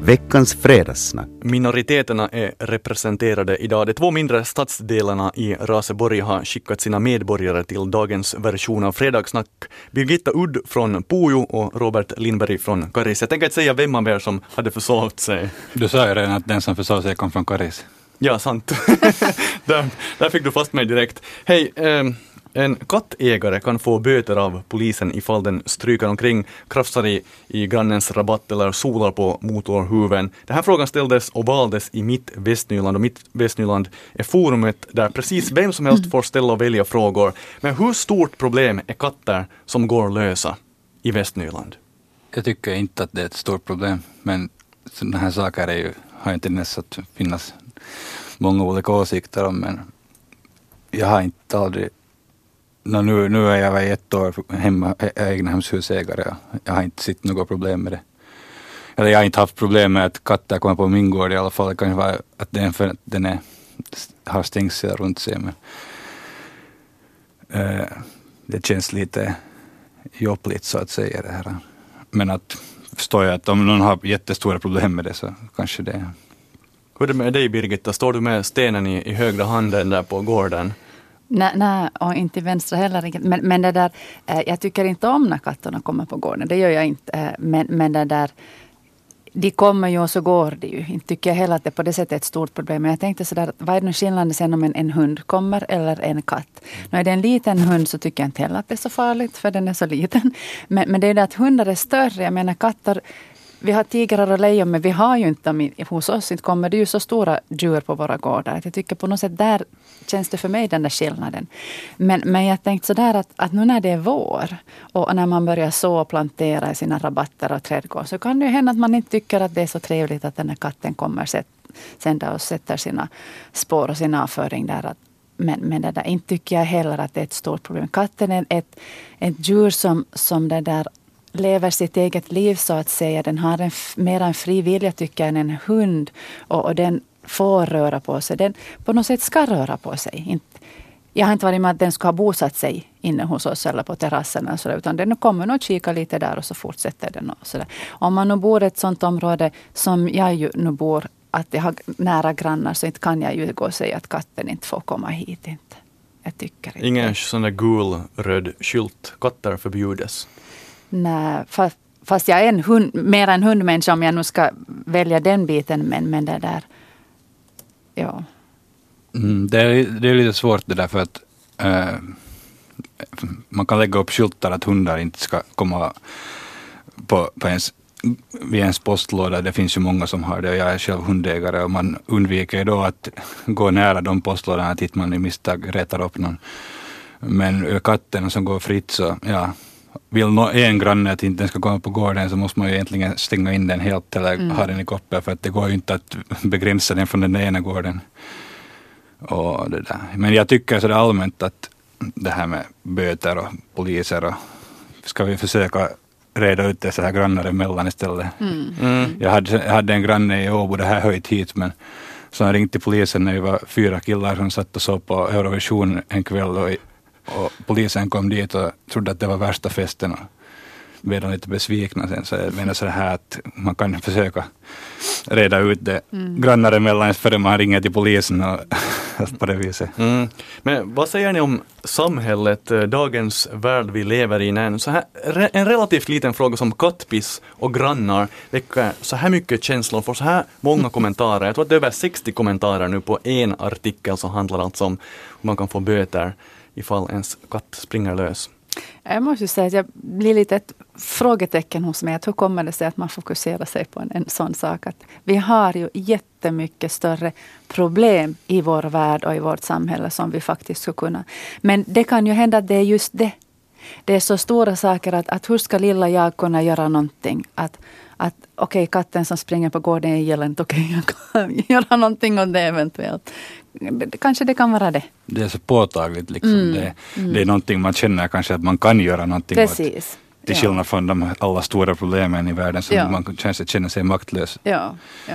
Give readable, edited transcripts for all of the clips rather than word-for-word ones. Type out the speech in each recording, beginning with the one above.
Veckans fredagssnack. Minoriteterna är representerade idag. De 2 mindre stadsdelarna i Raseborg har skickat sina medborgare till dagens version av fredagssnack. Birgitta Udd från Pujo och Robert Lindberg från Karis. Jag tänker inte säga vem av er som hade försovt sig. Du sa ju redan att den som försov sig kom från Karis. Ja, sant. där fick du fast mig direkt. Hej, en kattägare kan få böter av polisen ifall den stryker omkring, krafsar i grannens rabatt eller solar på motorhuven. Den här frågan ställdes och valdes i Mitt Västnyland, och Mitt Västnyland är forumet där precis vem som helst får ställa och välja frågor. Men hur stort problem är katter som går lösa i Västnyland? Jag tycker inte att det är ett stort problem, men sådana här saker har inte nästan att finnas många olika åsikter om, men jag har inte aldrig nu är jag 1 år egnahemshusägare. Jag har inte sett något problem med det. Eller jag har inte haft problem med att katter kommer på min gård i alla fall. Det kan vara att den har stängsel runt sig. Men, det känns lite jobbigt så att säga det här. Men att förstår jag att om någon har jättestora problem med det så kanske det. Hur är det med dig, Birgitta? Står du med stenen i högra handen där på gården? Nej, och inte i vänstra heller. Men det där, jag tycker inte om när katterna kommer på gården. Det gör jag inte. Men det där, de kommer ju och så går de ju. Inte tycker jag heller att det på det sättet är ett stort problem. Men jag tänkte sådär, vad är den skillnaden sen om en hund kommer eller en katt? Nu är det en liten hund så tycker jag inte heller att det är så farligt för den är så liten. Men det är det att hundar är större. Jag menar katter, vi har tigrar och lejon men vi har ju inte dem hos oss. Inte kommer det ju så stora djur på våra gårdar. Jag tycker på något sätt där känns det för mig den där skillnaden. Men jag tänkte sådär att nu när det är vår och när man börjar så och plantera i sina rabatter och trädgård så kan det ju hända att man inte tycker att det är så trevligt att den här katten kommer sen där och sätter sina spår och sin avföring där. Men det där, inte tycker jag heller att det är ett stort problem. Katten är ett djur som det där lever sitt eget liv så att säga. Den har mer en fri vilja tycker jag än en hund. Och den får röra på sig. Den på något sätt ska röra på sig. Jag har inte varit med att den ska ha bosatt sig inne hos oss eller på terrassen. Och så där, utan den kommer nog kika lite där och så fortsätter den. Och så där. Om man nu bor i ett sånt område som jag ju nu bor, att jag har nära grannar så inte kan jag ju gå och säga att katten inte får komma hit. Inte. Jag tycker inte. Ingen sån där gul-röd skylt. Katter förbjudes. Nej, fast jag är mer en hundmänniska om jag nu ska välja den biten. Men det där, ja. Det är lite svårt det där för att man kan lägga upp skyltar att hundar inte ska komma vid ens postlåda. Det finns ju många som har det och jag är själv hundägare och man undviker då att gå nära de postlådorna att inte man i misstag retar upp någon. Men katterna som går fritt så ja. Vill en granne att inte den ska komma på gården så måste man ju egentligen stänga in den helt eller ha den i koppel för att det går ju inte att begränsa den från den ena gården. Och det där. Men jag tycker så det allmänt att det här med böter och poliser och ska vi försöka reda ut det så här grannar emellan istället. Jag hade en granne i Åbo, det här höjt hit men så han ringde till polisen när vi var 4 killar som satt och såg på Eurovision en kväll och polisen kom dit och trodde att det var värsta festen och blev lite besvikna sen. Så jag menar så här att man kan försöka reda ut det grannar emellan före man ringer till polisen och på det viset. Men vad säger ni om samhället, dagens värld vi lever i? En relativt liten fråga som kattpiss och grannar väcker så här mycket känslor för så här många kommentarer. Jag tror att det är över 60 kommentarer nu på en artikel som handlar alltså om hur man kan få böter ifall ens katt springer lös. Jag måste säga att jag blir lite ett frågetecken hos mig. Hur kommer det sig att man fokuserar sig på en sån sak? Att vi har ju jättemycket större problem i vår värld och i vårt samhälle som vi faktiskt ska kunna. Men det kan ju hända att det är just det. Det är så stora saker att hur ska lilla jag kunna göra någonting? Att okej, katten som springer på gården i gällen, okej, jag kan göra någonting om det eventuellt. Kanske det kan vara det. Det är så påtagligt liksom. Det är någonting man känner kanske att man kan göra någonting. Precis. Åt. Till skillnad från alla stora problemen i världen som man kanske känner sig maktlös. Ja.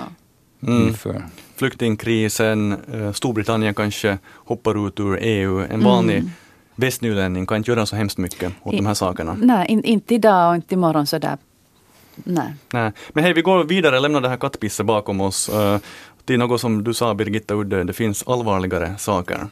Flyktingkrisen, Storbritannien kanske hoppar ut ur EU. En vanlig västnylänning kan inte göra så hemskt mycket åt de här sakerna. Nej, inte idag och inte imorgon sådär Nej. Nej. Men hej, vi går vidare, lämnar det här kattpisset bakom oss. Till något som du sa, Birgitta Udde, det finns allvarligare saker.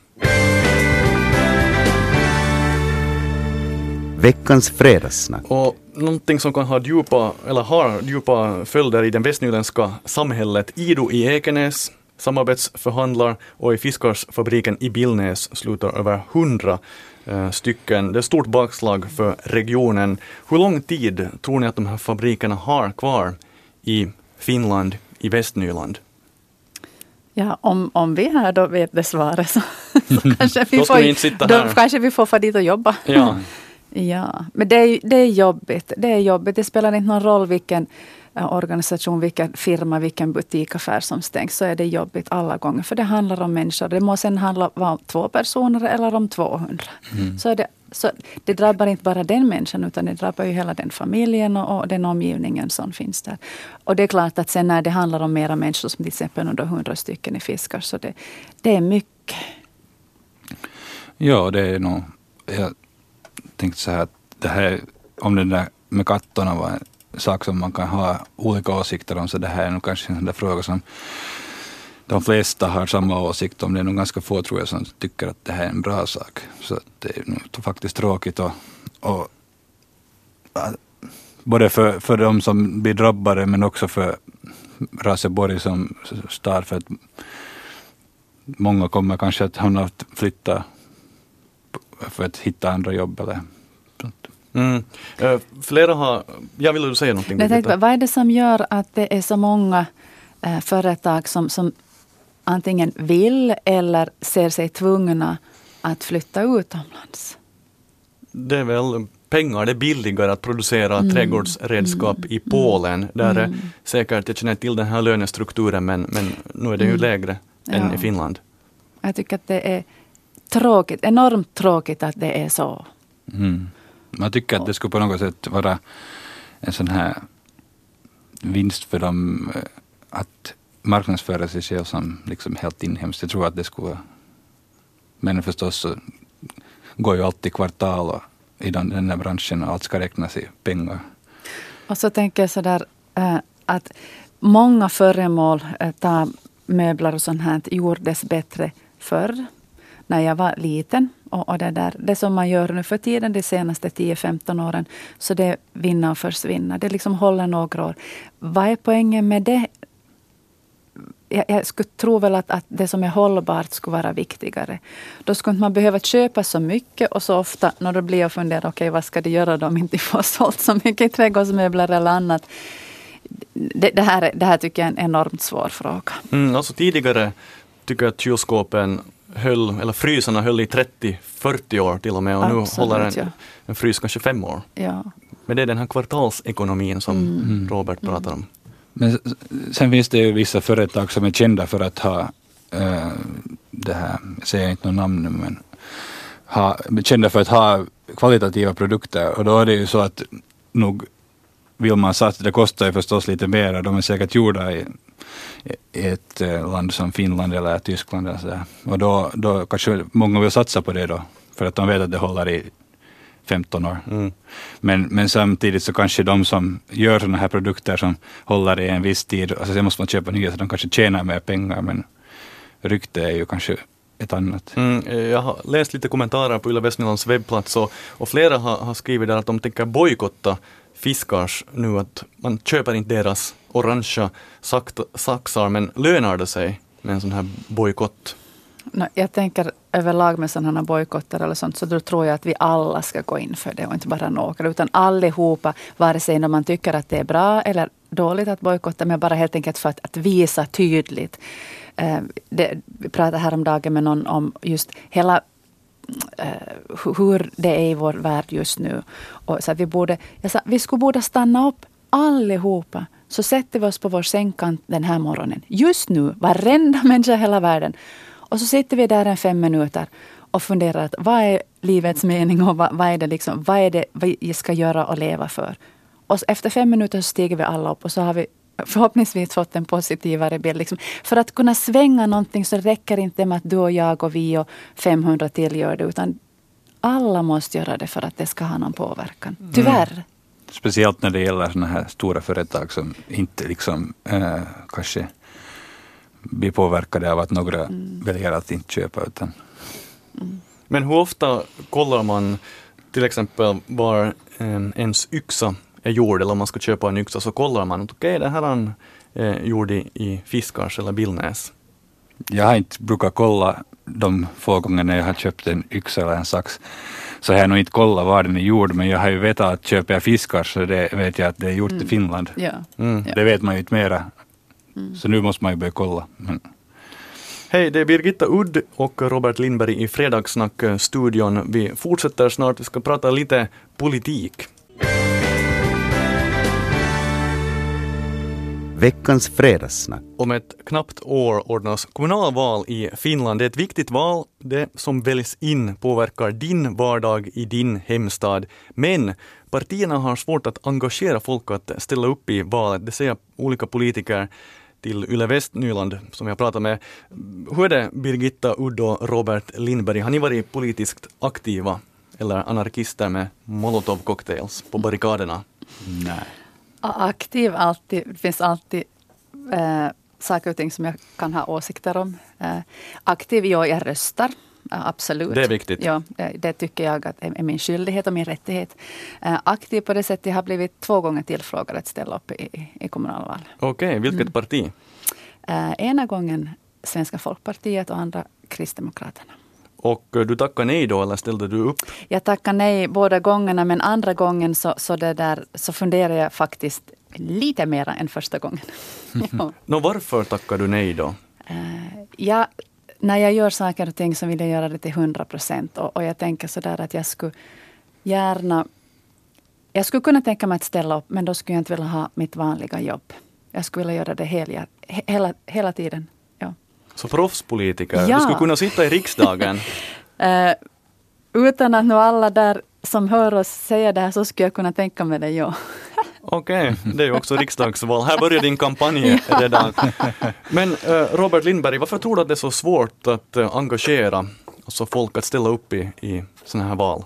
Veckans fredagssnack. Och någonting som kan ha djupa följder i den västnyländska samhället. Ido i Ekenäs samarbetsförhandlar och i Fiskarsfabriken i Billnäs slutar över 100 stycken. Det är ett stort bakslag för regionen. Hur lång tid tror ni att de här fabrikerna har kvar i Finland, i Västnyland? Ja, om vi här då vet det svaret så kanske vi då ska vi inte sitta här. Då kanske vi får få dit och jobba. Ja. Ja, men det är jobbigt. Det är jobbigt. Det spelar inte någon roll vilken organisation, vilken firma, vilken butikaffär som stängs, så är det jobbigt alla gånger. För det handlar om människor. Det må sen handla om 2 personer eller om 200. Så det drabbar inte bara den människan, utan det drabbar ju hela den familjen och den omgivningen som finns där. Och det är klart att sen när det handlar om mera människor, som till exempel under 100 stycken i Fiskar, så det är mycket. Ja, det är nog... Jag tänkte så här att det här, om det där med kattorna var en sak som man kan ha olika åsikter om, så det här är nog kanske en där fråga som de flesta har samma åsikt om. Det är nog ganska få, tror jag, som tycker att det här är en bra sak. Så det är nog faktiskt tråkigt och både för de som blir drabbade, men också för Raseborg som stad, för att många kommer kanske att hamna att flytta för att hitta andra jobb eller sånt. Flera har... Jag vill säga någonting. Jag tänkte, vad är det som gör att det är så många företag som antingen vill eller ser sig tvungna att flytta utomlands? Det är väl pengar. Det är billigare att producera trädgårdsredskap i Polen. Där är säkert, jag känner till den här lönestrukturen, men nu är det ju lägre än i Finland. Jag tycker att det är tråkigt, enormt tråkigt att det är så. Man tycker att det skulle på något sätt vara en sån här vinst för dem att marknadsföra sig själv som liksom helt inhemskt. Jag tror att det skulle vara... Men förstås så går ju alltid kvartal och i den här branschen och allt ska räknas i pengar. Och så tänker jag sådär att många föremål, möbler och sånt här, gjordes bättre förr när jag var liten. Och det som man gör nu för tiden, de senaste 10-15 åren, så det vinner och försvinner. Det liksom håller några år. Vad är poängen med det? Jag skulle tro väl att det som är hållbart skulle vara viktigare. Då skulle man behöva köpa så mycket och så ofta när det blir att fundera, okej, vad ska det göra då om inte får sålt så mycket trädgårdsmöbler eller annat? Det här tycker jag är en enormt svår fråga. Alltså tidigare tycker jag att kylskåpen frysarna höll i 30-40 år till och med, och absolut, nu håller en frys kanske 5 år. Ja. Men det är den här kvartalsekonomin som Robert pratar om. Men sen finns det ju vissa företag som är kända för att ha det här, jag säger inte någon namn nu, men kända för att ha kvalitativa produkter, och då är det ju så att nog vill man satsa, det kostar ju förstås lite mer, och de är säkert gjorda i ett land som Finland eller Tyskland eller sådär. Och då kanske många vill satsa på det då, för att de vet att det håller i 15 år. Men samtidigt så kanske de som gör sådana här produkter som håller i en viss tid, alltså sen måste man köpa nya, så de kanske tjänar mer pengar, men rykte är ju kanske ett annat. Jag har läst lite kommentarer på Yle Västnylands webbplats, och flera har skrivit där att de tänker bojkotta Fiskars nu, att man köper inte deras orangea saxar, men lönar det sig med en sån här bojkott? Jag tänker överlag med sådana bojkotter eller sånt, så då tror jag att vi alla ska gå in för det och inte bara några, utan allihopa, vare sig när man tycker att det är bra eller dåligt att bojkotta, men bara helt enkelt för att visa tydligt. Vi pratade häromdagen med någon om just hela hur det är i vår värld just nu. Och så att vi borde stanna upp allihopa, så sätter vi oss på vår sängkant den här morgonen. Just nu, varenda människa i hela världen. Och så sitter vi där 5 minuter och funderar att vad är livets mening och vad är det vi ska göra och leva för. Och efter 5 minuter så stiger vi alla upp, och så har vi förhoppningsvis fått en positivare bild. Liksom. För att kunna svänga någonting så räcker det inte med att du och jag och vi och 500 till gör det, utan alla måste göra det för att det ska ha någon påverkan. Tyvärr. Speciellt när det gäller såna här stora företag som inte liksom kanske blir påverkade av att några väljer att inte köpa. Utan. Men hur ofta kollar man till exempel var ens yxa är gjord, eller om man ska köpa en yxa så kollar man att okej, det här är gjord i Fiskars eller Billnäs. Jag har inte brukat kolla de få gånger när jag har köpt en yxa eller en sax. Så jag har nog inte kollat var den är gjord, men jag har ju vetat att köper jag fiskar så det vet jag att det är gjort i Finland. Ja. Det vet man ju inte mera. Så nu måste man ju börja kolla. Hej, det är Birgitta Udd och Robert Lindberg i Fredagssnack-studion. Vi fortsätter snart, vi ska prata lite politik. Veckans fredagssnack. Om ett knappt år ordnas kommunalval i Finland. Det är ett viktigt val. Det som väljs in påverkar din vardag i din hemstad. Men partierna har svårt att engagera folk att ställa upp i valet. Det säger olika politiker till Yle Västnyland som jag pratar med. Hur är det, Birgitta Udd och Robert Lindberg? Har ni varit politiskt aktiva eller anarkister med molotov-cocktails på barrikaderna? Nej. Aktiv alltid, det finns alltid saker och ting som jag kan ha åsikter om. Aktiv, jag röstar, absolut. Det är viktigt. Ja, det tycker jag att är min skyldighet och min rättighet. Aktiv på det sättet, jag har blivit 2 gånger tillfrågad att ställa upp i kommunalval. Okej, vilket parti? Ena gången Svenska Folkpartiet och andra Kristdemokraterna. Och du tackade nej då, eller ställde du upp? Jag tackade nej båda gångerna, men andra gången så funderar jag faktiskt lite mer än första gången. Ja. Varför tackade du nej då? När jag gör saker och ting så vill jag göra det till 100%. Och jag tänker sådär att jag skulle kunna tänka mig att ställa upp, men då skulle jag inte vilja ha mitt vanliga jobb. Jag skulle vilja göra det hela tiden. Ja. Så proffspolitiker, Ja. du skulle kunna sitta i riksdagen. Utan att nu alla där som hör oss säga det här så skulle jag kunna tänka mig det, ja. Okej, det är ju också riksdagsval. Här börjar din kampanj redan. Men Robert Lindberg, varför tror du att det är så svårt att engagera alltså folk att ställa upp i sådana här val?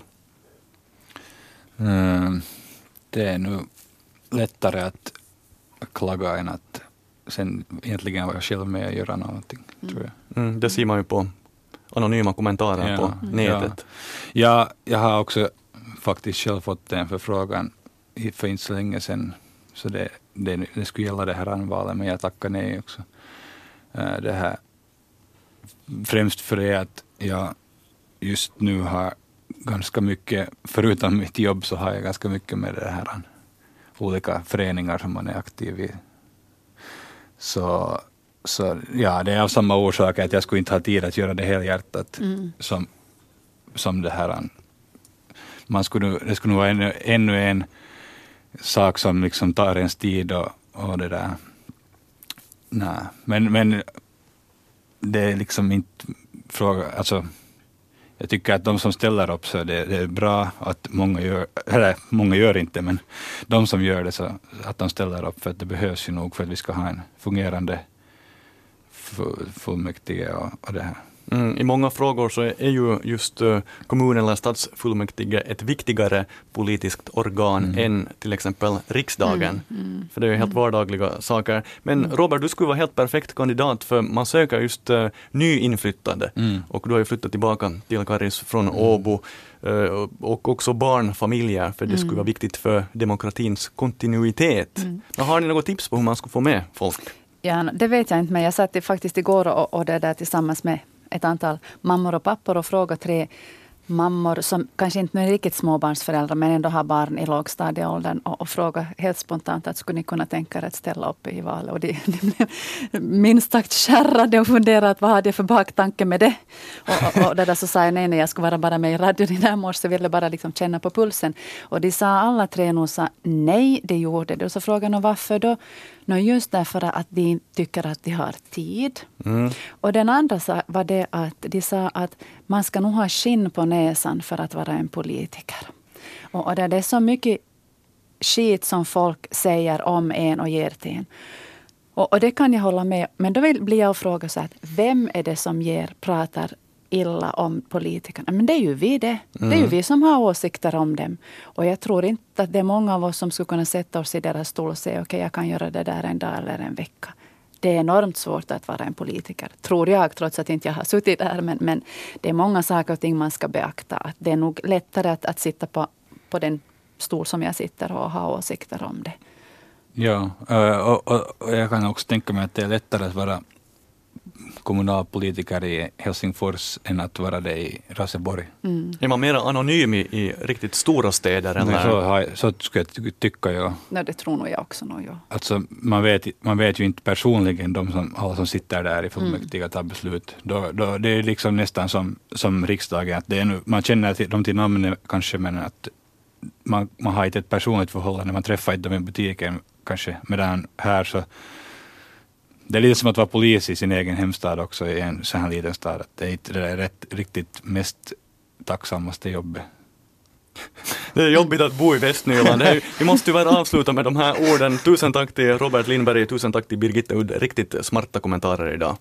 Det är nu lättare att klaga än att sen egentligen vara själv med att göra någonting, tror jag. Det ser man ju på anonyma kommentarer på nätet. Ja, jag har också faktiskt själv fått en förfrågan för inte så länge sedan. Så det skulle gälla det här valet, men jag tackar nej också. Det här, främst för det att jag just nu har ganska mycket, förutom mitt jobb så har jag ganska mycket med det här olika föreningar som man är aktiv i. Så ja, det är av samma orsak att jag skulle inte ha tid att göra det helhjärtat som det här. Det skulle nog vara ännu en sak som liksom tar ens tid och det där. Nej, men det är liksom inte fråga, alltså jag tycker att de som ställer upp så det är bra att många gör inte, men de som gör det så att de ställer upp, för att det behövs ju nog för att vi ska ha en fungerande fullmäktige och det här. I många frågor så är ju just kommun- eller stadsfullmäktige ett viktigare politiskt organ än till exempel riksdagen. För det är ju helt vardagliga saker. Men Robert, du skulle vara helt perfekt kandidat, för man söker just nyinflyttade. Och du har ju flyttat tillbaka till Karis från Åbo. Och också barnfamiljer, för det skulle vara viktigt för demokratins kontinuitet. Men har ni något tips på hur man ska få med folk? Ja, det vet jag inte, men jag satt faktiskt igår och det där tillsammans med ett antal mammor och pappor och frågade 3 mammor som kanske inte är riktigt småbarnsföräldrar men ändå har barn i lågstadieåldern och fråga helt spontant att skulle ni kunna tänka er att ställa upp i valet, och de blev minst sagt kärrade och funderade att vad hade jag för baktanke med det, och det där så sa jag nej, jag skulle vara bara med i radion i där morse, ville bara liksom känna på pulsen, och de sa alla 3 nog sa nej, det gjorde det, och så frågade de varför då. Just därför att de tycker att de har tid. Och den andra var det att de sa att man ska nog ha skinn på näsan för att vara en politiker. Och det är så mycket skit som folk säger om en och ger till en. Och det kan jag hålla med. Men då blir jag och fråga så att vem är det som pratar illa om politikerna. Men det är ju vi det. Det är ju vi som har åsikter om dem. Och jag tror inte att det är många av oss som skulle kunna sätta oss i deras stol och säga okej, jag kan göra det där en dag eller en vecka. Det är enormt svårt att vara en politiker, tror jag, trots att inte jag har suttit där. Men det är många saker och ting man ska beakta. Att det är nog lättare att sitta på den stol som jag sitter och ha åsikter om det. Ja, och jag kan också tänka mig att det är lättare att vara kommunalpolitiker i Helsingfors än att vara det i Raseborg. Är man mer anonym i riktigt stora städer? Eller? Så skulle jag tycka, ja. Nej, det tror nog jag också. Ja. Alltså, man vet ju inte personligen alla som sitter där i fullmäktige tar beslut. Det är liksom nästan som riksdagen. Att det är man känner dem till namnet kanske, men att man har inte ett personligt förhållande. Man träffar inte dem i butiken kanske. Medan här så det är lite som att vara polis i sin egen hemstad också, i en så här liten stad. Att det är inte det riktigt mest tacksammaste jobbet. Det är jobbigt att bo i Västnyland. Vi måste tyvärr avsluta med de här orden. Tusen tack till Robert Lindberg, tusen tack till Birgitta Udd. Riktigt smarta kommentarer idag.